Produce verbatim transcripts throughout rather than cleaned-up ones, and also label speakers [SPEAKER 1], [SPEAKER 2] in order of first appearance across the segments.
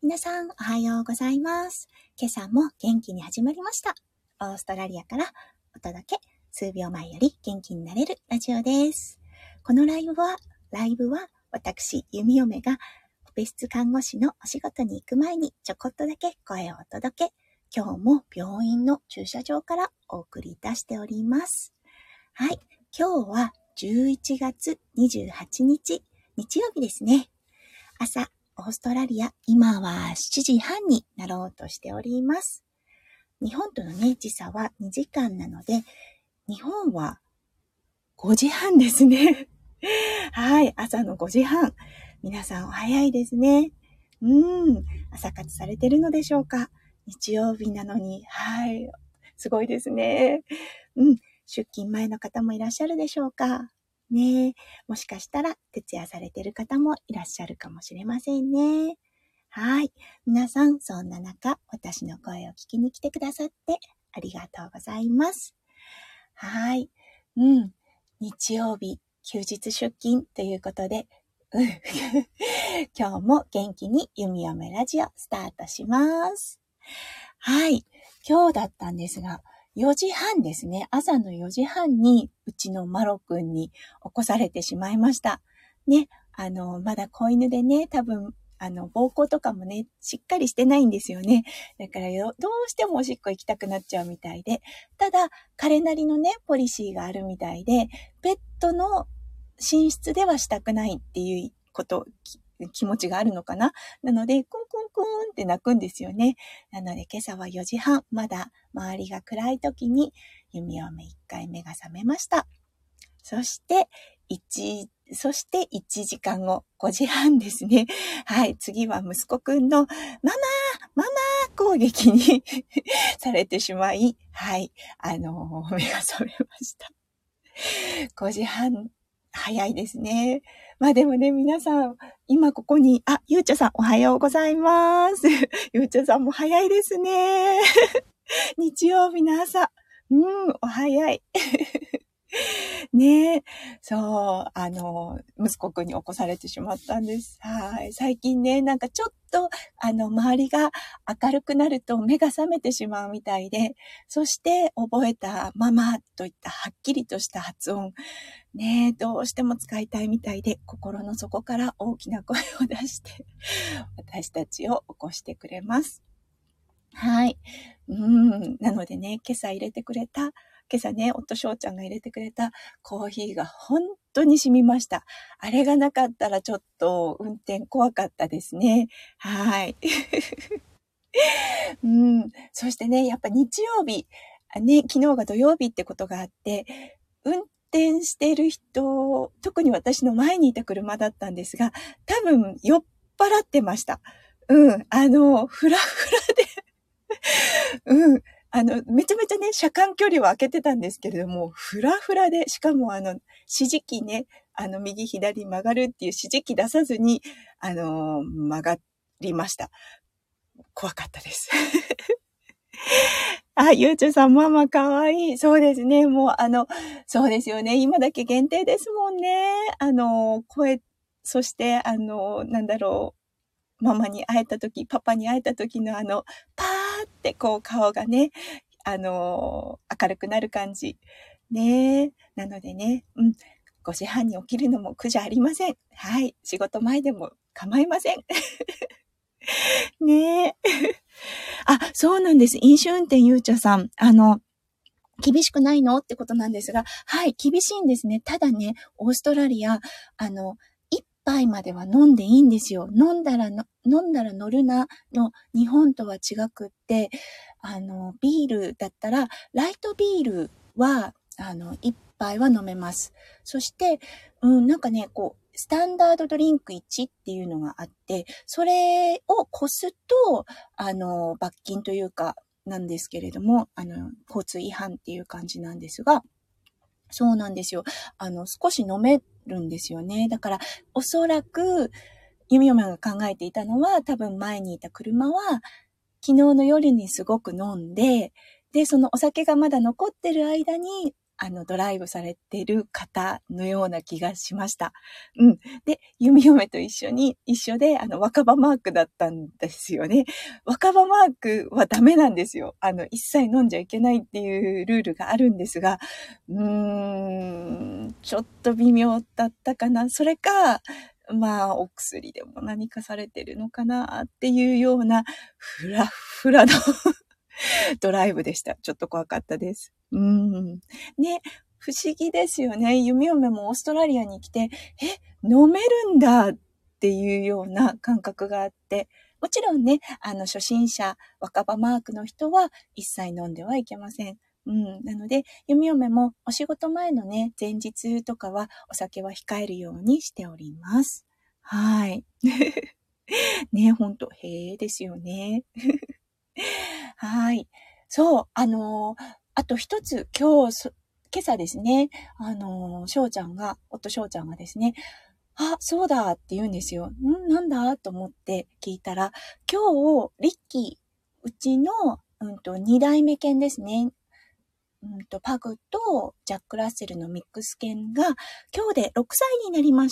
[SPEAKER 1] 皆さんおはようございます。今朝も元気に始まりました。オーストラリアからお届け、数秒前より元気になれるラジオです。このライブは、ライブは私、弓嫁がオペ室看護師のお仕事に行く前にちょこっとだけ声をお届け、今日も病院の駐車場からお送りいたしております。はい、今日はじゅういちがつにじゅうはちにち、日曜日ですね。朝、オーストラリア、今はしちじはんになろうとしております。日本とのね、時差はにじかんなので、日本はごじはんですね。はい、朝のごじはん。皆さんお早いですね。うーん、朝活されてるのでしょうか。日曜日なのに、はい、すごいですね。うん、出勤前の方もいらっしゃるでしょうか。ねえ、もしかしたら徹夜されている方もいらっしゃるかもしれませんね。はい。皆さん、そんな中、私の声を聞きに来てくださってありがとうございます。はい。うん。日曜日、休日出勤ということで、うん、今日も元気に弓嫁ラジオスタートします。はい。今日だったんですが、よじはんですね。朝のよじはんにうちのマロくんに起こされてしまいました。ね、あの、まだ子犬でね、多分、あの、膀胱とかもね、しっかりしてないんですよね。だからよ、どうしてもおしっこ行きたくなっちゃうみたいで、ただ、彼なりのね、ポリシーがあるみたいで、ペットの寝室ではしたくないっていうこと、気持ちがあるのかな。なので、クンクンクンって鳴くんですよね。なので、今朝はよじはん、まだ周りが暗い時に、弓嫁いっかい目が覚めました。そして、1、そしていちじかんご、ごじはんですね。はい、次は息子くんの、ママママ攻撃にされてしまい、はい、あの、目が覚めました。ごじはん、早いですね。まあでもね、皆さん、今ここに、あ、ゆうちゃさんおはようございます。ゆうちゃさんも早いですね。日曜日の朝。うん、お早い。ねえ、そう、あの、息子くんに起こされてしまったんです。はい。最近ね、なんかちょっと、あの、周りが明るくなると目が覚めてしまうみたいで、そして覚えたママといったはっきりとした発音、ねえ、どうしても使いたいみたいで、心の底から大きな声を出して、私たちを起こしてくれます。はい。うん。なのでね、今朝入れてくれた、今朝ね、夫翔ちゃんが入れてくれたコーヒーが本当に染みました。あれがなかったらちょっと運転怖かったですね。はい。うん。そしてね、やっぱ日曜日、ね、昨日が土曜日ってことがあって、運転してる人、特に私の前にいた車だったんですが、多分酔っ払ってました。うん。あの、ふらふらで、うん。あの、めちゃめちゃね、車間距離を空けてたんですけれども、ふらふらで、しかもあの、指示器ね、あの、右左曲がるっていう指示器出さずに、あの、曲がりました。怖かったです。あ、ゆうちょさん、ママかわいい。そうですね。もう、あの、そうですよね。今だけ限定ですもんね。あの、声、そして、あの、なんだろう。ママに会えたとき、パパに会えたときのあの、パーってこう顔がね、あの、明るくなる感じ。ね。なのでね、うん。ごじはんに起きるのも苦じゃありません。はい。仕事前でも構いません。ねえ。あ、そうなんです。飲酒運転ゆうちゃさん。あの、厳しくないのってことなんですが、はい、厳しいんですね。ただね、オーストラリア、あの、一杯までは飲んでいいんですよ。飲んだらの、飲んだら乗るなの日本とは違くって、あの、ビールだったら、ライトビールは、あの、一杯は飲めます。そして、うん、なんかね、こう、スタンダードドリンクいちっていうのがあって、それを越すと、あの、罰金というか、なんですけれども、あの、交通違反っていう感じなんですが、そうなんですよ。あの、少し飲めるんですよね。だから、おそらく、ゆみよめが考えていたのは、多分前にいた車は、昨日の夜にすごく飲んで、で、そのお酒がまだ残ってる間に、 あの、ドライブされてる方のような気がしました。うん。で、弓嫁と一緒に、一緒で、あの、若葉マークだったんですよね。若葉マークはダメなんですよ。あの、一切飲んじゃいけないっていうルールがあるんですが、うーん、ちょっと微妙だったかな。それか、まあ、お薬でも何かされてるのかなっていうような、ふらふらのドライブでした。ちょっと怖かったです。うーん。ね、不思議ですよね。弓嫁もオーストラリアに来て、え、飲めるんだっていうような感覚があって、もちろんね、あの、初心者、若葉マークの人は一切飲んではいけません。うん。なので、弓嫁もお仕事前のね、前日とかはお酒は控えるようにしております。はい。ね、ほんと、へえですよね。はい。そう、あのー、あと一つ、今日、今朝ですね、あのー、翔ちゃんが、夫翔ちゃんがですね、あ、そうだって言うんですよ。んなんだと思って聞いたら、今日、リッキー、うちの、うんと、二代目犬ですね。うんと、パグとジャック・ラッセルのミックス犬が、今日でろくさいになりました。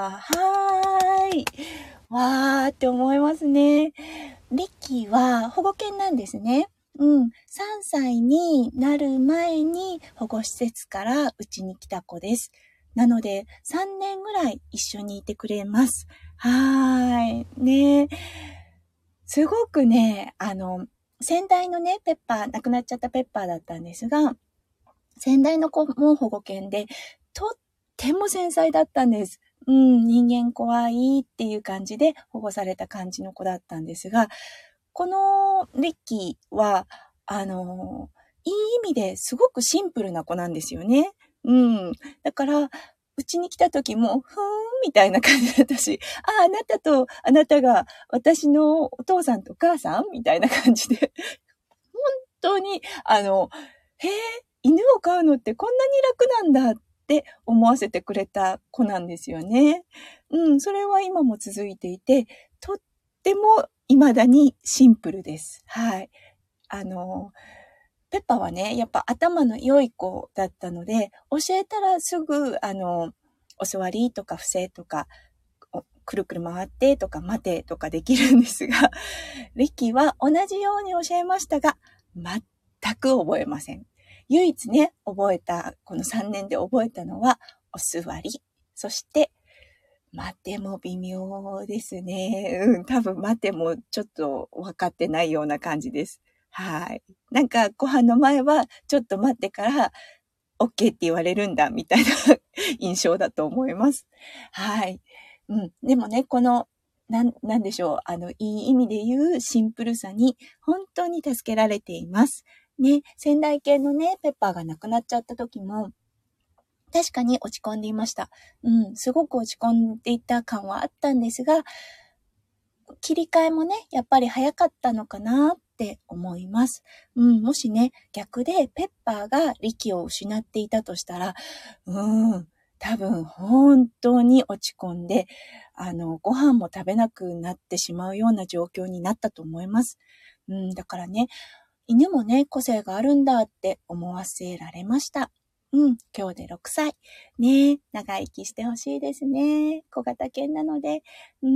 [SPEAKER 1] はーい。わーって思いますね。リッキーは保護犬なんですね。うん。さんさいになる前に保護施設からうちに来た子です。なので、さんねんぐらい一緒にいてくれます。はーい。ね。すごくね、あの、先代のね、ペッパー、亡くなっちゃったペッパーだったんですが、先代の子も保護犬で、とっても繊細だったんです。うん、人間怖いっていう感じで保護された感じの子だったんですが、このリッキーは、あの、いい意味ですごくシンプルな子なんですよね。うん。だから、うちに来た時も、ふーん、みたいな感じだったし、ああ、あなたとあなたが私のお父さんとお母さんみたいな感じで、本当に、あの、へえ、犬を飼うのってこんなに楽なんだって思わせてくれた子なんですよね。うん、それは今も続いていて、とっても未だにシンプルです。はい。あの、ペッパはね、やっぱ頭の良い子だったので、教えたらすぐ、あの、お座りとか伏せとか、くるくる回ってとか待てとかできるんですが、リッキーは同じように教えましたが、全く覚えません。唯一ね、覚えた、このさんねんで覚えたのは、お座り。そして、待ても微妙ですね。うん、多分待てもちょっと分かってないような感じです。はい。なんか、ご飯の前は、ちょっと待ってから、OK って言われるんだ、みたいな印象だと思います。はい。うん。でもね、この、なん、なんでしょう。あの、いい意味で言うシンプルさに、本当に助けられています。ね、先代系のね、ペッパーが亡くなっちゃった時も、確かに落ち込んでいました。うん、すごく落ち込んでいた感はあったんですが、切り替えもね、やっぱり早かったのかなって思います。うん、もしね、逆でペッパーが力を失っていたとしたら、うん、多分本当に落ち込んで、あの、ご飯も食べなくなってしまうような状況になったと思います。うん、だからね、犬もね、個性があるんだって思わせられました。うん、今日でろくさい。ねえ、長生きしてほしいですね。小型犬なので。うん、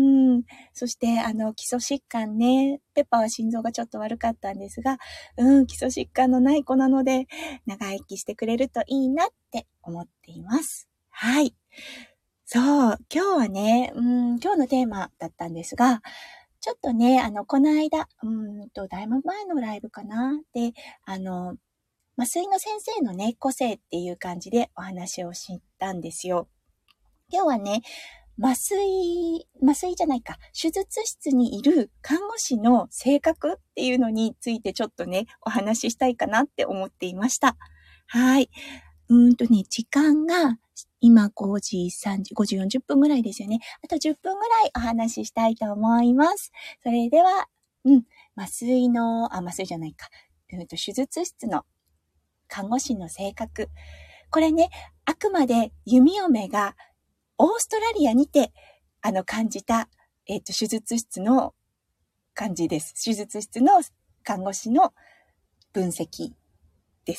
[SPEAKER 1] そして、あの、基礎疾患ね、ペッパーは心臓がちょっと悪かったんですが、うん、基礎疾患のない子なので、長生きしてくれるといいなって思っています。はい。そう、今日はね、うん、今日のテーマだったんですが、ちょっとね、あの、この間、うんと、だいぶ前のライブかなで、あの、麻酔の先生のね、個性っていう感じでお話をしたんですよ。今日はね、麻酔、麻酔じゃないか、手術室にいる看護師の性格っていうのについてちょっとね、お話ししたいかなって思っていました。はい。うーんとね、時間が今ごじさんじゅう、ごじよんじゅっぷんぐらいですよね。あとじゅっぷんぐらいお話ししたいと思います。それでは、うん、麻酔の、あ、麻酔じゃないか、うんと手術室の看護師の性格。これね、あくまで弓嫁がオーストラリアにて、あの、感じた、えっと、手術室の感じです。手術室の看護師の分析です。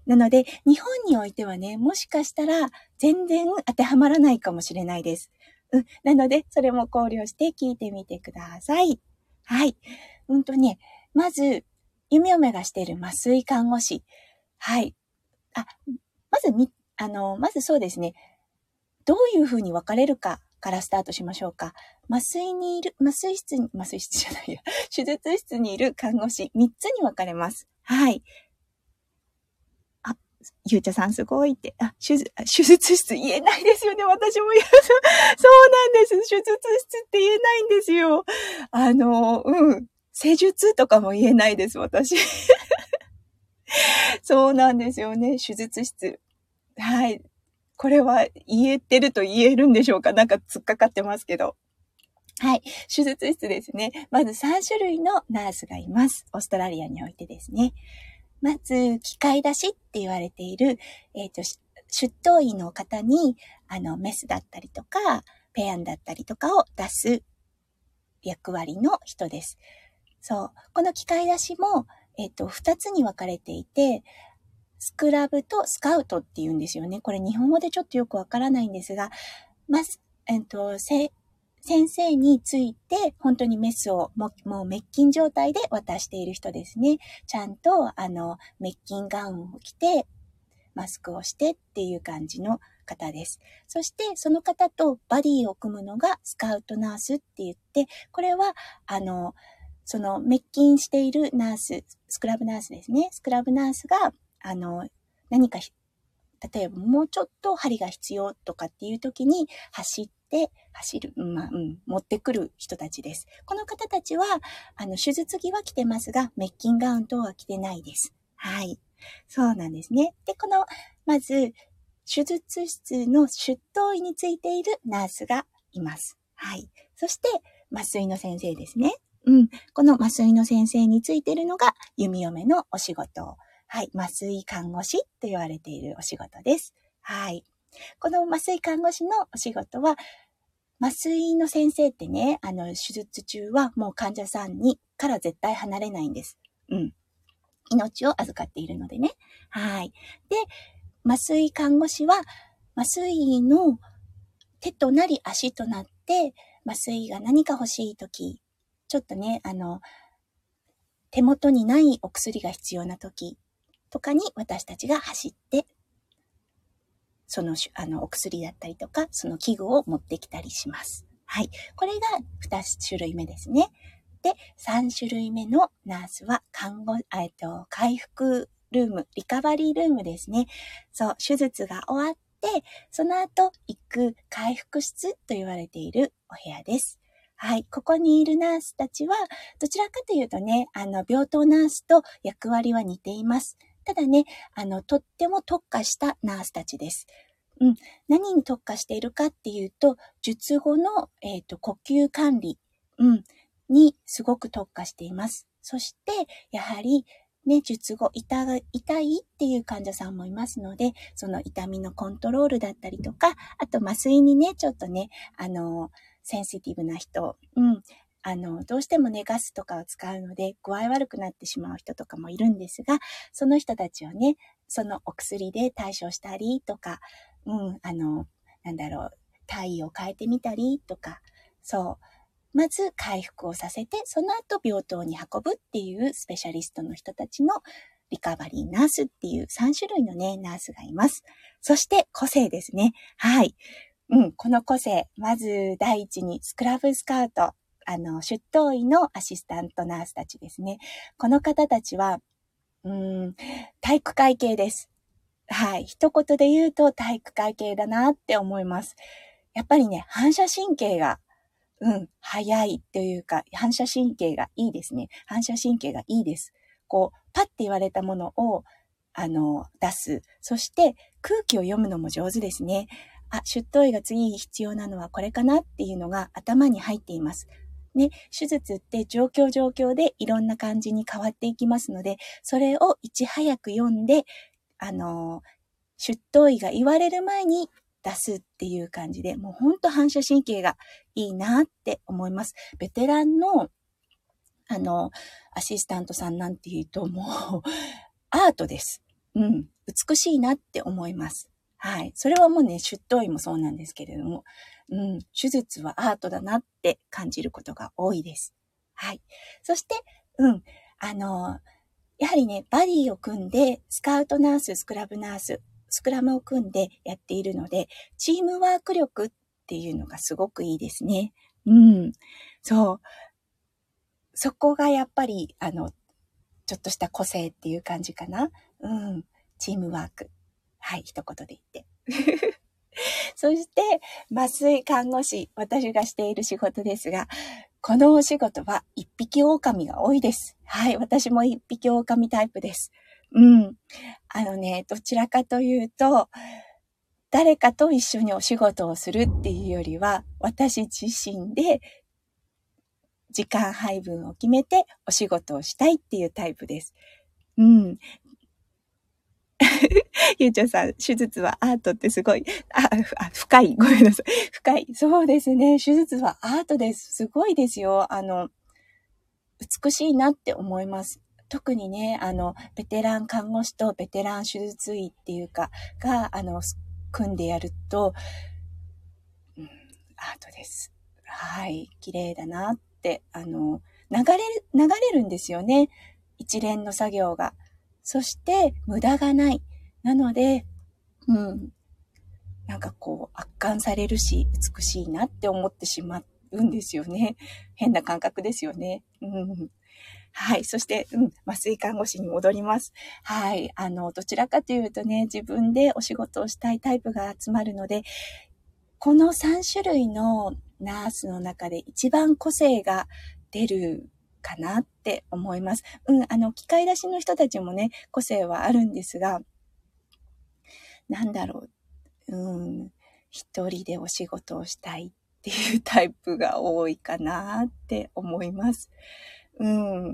[SPEAKER 1] なので、日本においてはね、もしかしたら全然当てはまらないかもしれないです。うん。なので、それも考慮して聞いてみてください。はい。うんとね、まず、弓嫁がしている麻酔看護師。はい。あ、まずみ、あの、まずそうですね。どういう風に分かれるかからスタートしましょうか。麻酔にいる、麻酔室に、麻酔室じゃないや、手術室にいる看護師、みっつに分かれます。はい。あ、ゆうちゃさんすごいって、あ、手術、手術室言えないですよね。私も言う。そうなんです。手術室って言えないんですよ。あの、うん。施術とかも言えないです、私。そうなんですよね。手術室。はい。これは言えてると言えるんでしょうか？なんか突っかかってますけど。はい。手術室ですね。まずさん種類のナースがいます。オーストラリアにおいてですね。まず、機械出しって言われている、えっと、出頭医の方に、あの、メスだったりとか、ペアンだったりとかを出す役割の人です。そう。この機械出しも、えっと、二つに分かれていて、スクラブとスカウトって言うんですよね。これ日本語でちょっとよくわからないんですが、まず、えっと、せ、先生について本当にメスをももう滅菌状態で渡している人ですね。ちゃんと、あの、滅菌ガウンを着て、マスクをしてっていう感じの方です。そして、その方とバディを組むのがスカウトナースって言って、これは、あの、その滅菌しているナース、スクラブナースですね。スクラブナースが、あの、何か、例えばもうちょっと針が必要とかっていう時に走って、走る、まあ、うん、持ってくる人たちです。この方たちは、あの、手術着は着てますが、滅菌ガウン等は着てないです。はい。そうなんですね。で、この、まず、手術室の出頭医についているナースがいます。はい。そして、麻酔の先生ですね。うん。この麻酔の先生についているのが、弓嫁のお仕事。はい。麻酔看護師と言われているお仕事です。はい。この麻酔看護師のお仕事は、麻酔の先生ってね、あの、手術中はもう患者さんにから絶対離れないんです。うん。命を預かっているのでね。はい。で、麻酔看護師は、麻酔の手となり足となって、麻酔が何か欲しいとき、ちょっとね、あの、手元にないお薬が必要なときとかに私たちが走って、その、あの、お薬だったりとか、その器具を持ってきたりします。はい。これがに種類目ですね。で、さん種類目のナースは、看護、えっと、回復ルーム、リカバリールームですね。そう、手術が終わって、その後、行く回復室と言われているお部屋です。はい。ここにいるナースたちは、どちらかというとね、あの、病棟ナースと役割は似ています。ただね、あの、とっても特化したナースたちです。うん。何に特化しているかっていうと、術後の、えっと、呼吸管理、うん、にすごく特化しています。そして、やはり、ね、術後痛い、痛いっていう患者さんもいますので、その痛みのコントロールだったりとか、あと麻酔にね、ちょっとね、あの、センシティブな人、うん、あの、どうしてもね、ガスとかを使うので、具合悪くなってしまう人とかもいるんですが、その人たちをね、そのお薬で対処したりとか、うん、あの、なんだろう、体位を変えてみたりとか、そう。まず回復をさせて、その後病棟に運ぶっていうスペシャリストの人たちのリカバリーナースっていうさん種類のね、ナースがいます。そして個性ですね。はい。うん、この個性。まず第一にスクラブスカウト。あの、出頭医のアシスタントナースたちですね。この方たちは、うーん、体育会系です。はい。一言で言うと体育会系だなって思います。やっぱりね、反射神経が、うん、早いというか、反射神経がいいですね。反射神経がいいです。こう、パッて言われたものを、あの、出す。そして空気を読むのも上手ですね。あ、出頭医が次必要なのはこれかなっていうのが頭に入っています。ね、手術って状況状況でいろんな感じに変わっていきますので、それをいち早く読んで、あの、出頭医が言われる前に出すっていう感じで、もうほんと反射神経がいいなって思います。ベテランの、あの、アシスタントさんなんていうともう、アートです。うん。 美しいなって思います。はい。それはもうね、出頭医もそうなんですけれども、うん、手術はアートだなって感じることが多いです。はい。そして、うん、あの、やはりね、バディを組んで、スカウトナース、スクラブナース、スクラムを組んでやっているので、チームワーク力っていうのがすごくいいですね。うん。そう。そこがやっぱり、あの、ちょっとした個性っていう感じかな。うん。チームワーク。はい、一言で言って。そして、麻酔看護師、私がしている仕事ですが、このお仕事は一匹狼が多いです。はい、私も一匹狼タイプです。うん。あのね、どちらかというと、誰かと一緒にお仕事をするっていうよりは、私自身で時間配分を決めてお仕事をしたいっていうタイプです。うん。ゆうちょさん、手術はアートってすごい、あ、あ深い。ごめんなさい。深い。そうですね。手術はアートです。すごいですよ。あの、美しいなって思います。特にね、あの、ベテラン看護師とベテラン手術医っていうか、が、あの、組んでやると、うん、アートです。はい。綺麗だなって、あの、流れる、流れるんですよね。一連の作業が。そして、無駄がない。なので、うん。なんかこう、圧巻されるし、美しいなって思ってしまうんですよね。変な感覚ですよね。うん。はい。そして、うん、麻酔看護師に戻ります。はい。あの、どちらかというとね、自分でお仕事をしたいタイプが集まるので、このさん種類のナースの中で一番個性が出るかなって思います。うん、あの、機械出しの人たちもね、個性はあるんですが、なんだろう、うん、一人でお仕事をしたいっていうタイプが多いかなって思います。うん。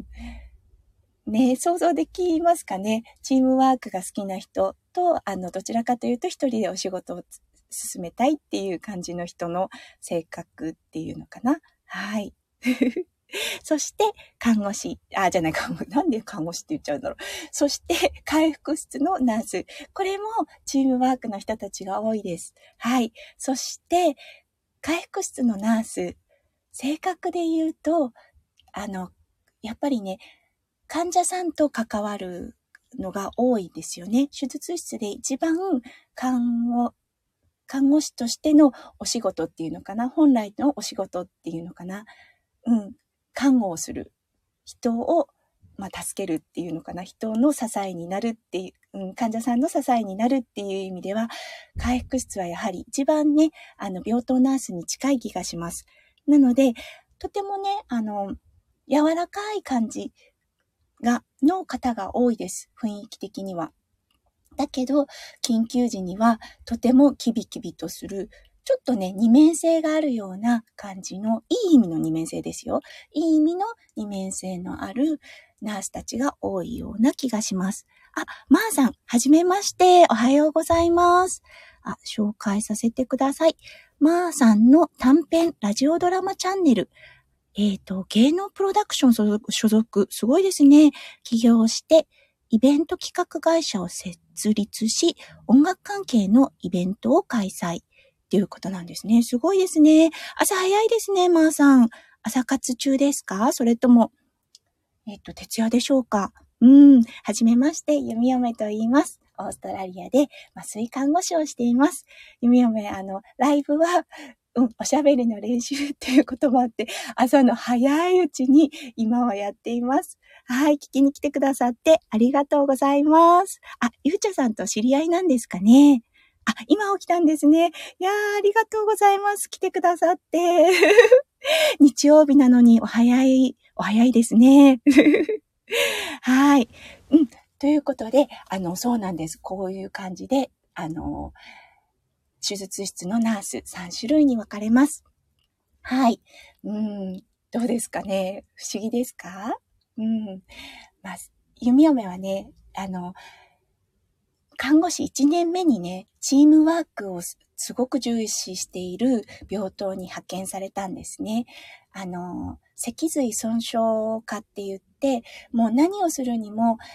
[SPEAKER 1] ね、想像できますかね。チームワークが好きな人と、あの、どちらかというと一人でお仕事を進めたいっていう感じの人の性格っていうのかな。はい。そして、看護師、あ、じゃない、看護、なんで看護師って言っちゃうんだろう。そして、回復室のナース。これもチームワークの人たちが多いです。はい。そして、回復室のナース。性格で言うと、あの、やっぱりね、患者さんと関わるのが多いですよね。手術室で一番看護、看護師としてのお仕事っていうのかな。本来のお仕事っていうのかな。うん。看護をする。人を、まあ、助けるっていうのかな。人の支えになるっていう、うん、患者さんの支えになるっていう意味では、回復室はやはり一番ね、あの、病棟ナースに近い気がします。なので、とてもね、あの、柔らかい感じが、の方が多いです。雰囲気的には。だけど、緊急時にはとてもキビキビとする、ちょっとね、二面性があるような感じの、いい意味の二面性ですよ。いい意味の二面性のあるナースたちが多いような気がします。あ、まーさん、はじめまして。おはようございます。あ、紹介させてください。まーさんの短編ラジオドラマチャンネル。えっと、芸能プロダクション所属、所属、すごいですね。起業して、イベント企画会社を設立し、音楽関係のイベントを開催っていうことなんですね。すごいですね。朝早いですね、まーさん。朝活中ですか？それとも、えっと、徹夜でしょうか？うん、はじめまして、弓嫁と言います。オーストラリアで麻酔看護師をしています。弓嫁、あの、ライブは、うん、おしゃべりの練習っていうこともあって、朝の早いうちに今はやっています。はい、聞きに来てくださってありがとうございます。あ、ゆうちゃさんと知り合いなんですかね。あ、今起きたんですね。いやー、ありがとうございます。来てくださって。日曜日なのにお早い、お早いですね。はい。うん。ということで、あの、そうなんです。こういう感じで、あの、手術室のナースさん種類に分かれます。はい。うん。どうですかね。不思議ですか？うん。まあ、弓嫁はね、あの、看護師いちねんめにね、チームワークをすごく重視している病棟に派遣されたんですね。あの、脊髄損傷科って言って、もう何をするにも、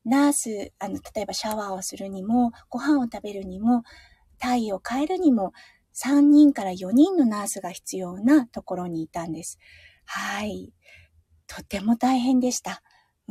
[SPEAKER 1] ナース、あの、例えばシャワーをするにも、ご飯を食べるにも、体位を変えるにも、さんにんからよにんのナースが必要なところにいたんです。はい。とても大変でした。うん。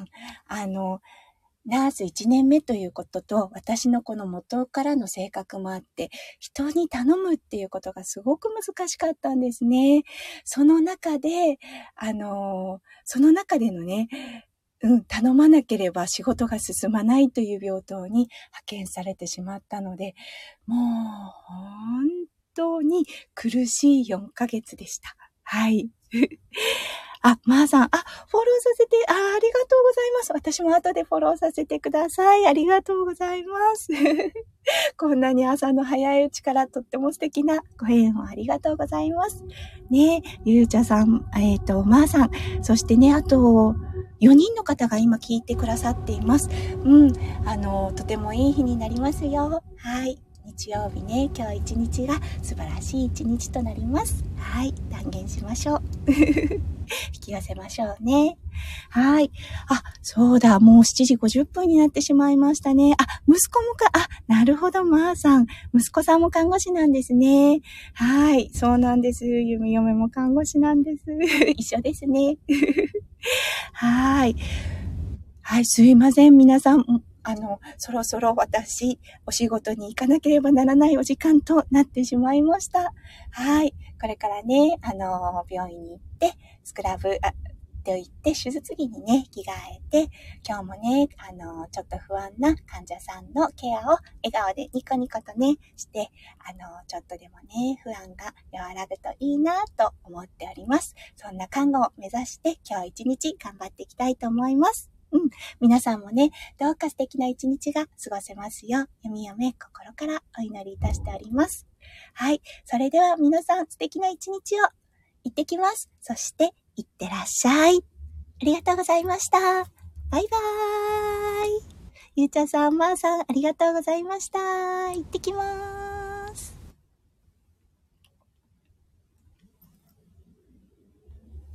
[SPEAKER 1] あの、ナースいちねんめということと、私のこの元からの性格もあって、人に頼むっていうことがすごく難しかったんですね。その中で、あの、その中でのね、うん、頼まなければ仕事が進まないという病棟に派遣されてしまったので、もう本当に苦しいよんかげつでした。はい。あ、まーさん、あ、フォローさせて、あ、ありがとうございます。私も後でフォローさせてください。ありがとうございます。こんなに朝の早いうちからとっても素敵なご縁をありがとうございます。ねえ、ゆうちゃさん、えっと、まーさん、そしてね、あと、よにんの方が今聞いてくださっています。うん、あの、とてもいい日になりますよ。はい。日曜日ね、今日一日が素晴らしい一日となります。はい、断言しましょう。引き寄せましょうね。はい。あ、そうだ、もうしちじごじゅっぷんになってしまいましたね。あ、息子もか、あ、なるほど、まーさん。息子さんも看護師なんですね。はい、そうなんです。ゆみ嫁も看護師なんです。一緒ですね。はい。はい、すいません、皆さん。あの、そろそろ私、お仕事に行かなければならないお時間となってしまいました。はい。これからね、あの、病院に行って、スクラブ、あ、と言って、手術着にね、着替えて、今日もね、あの、ちょっと不安な患者さんのケアを笑顔でニコニコとね、して、あの、ちょっとでもね、不安が和らぐといいなと思っております。そんな看護を目指して、今日一日頑張っていきたいと思います。うん。皆さんもね、どうか素敵な一日が過ごせますよう、弓嫁心からお祈りいたしております。はい。それでは皆さん素敵な一日を行ってきます。そして、行ってらっしゃい。ありがとうございました。バイバーイ。ゆうちゃんさん、まーさん、ありがとうございました。行ってきます。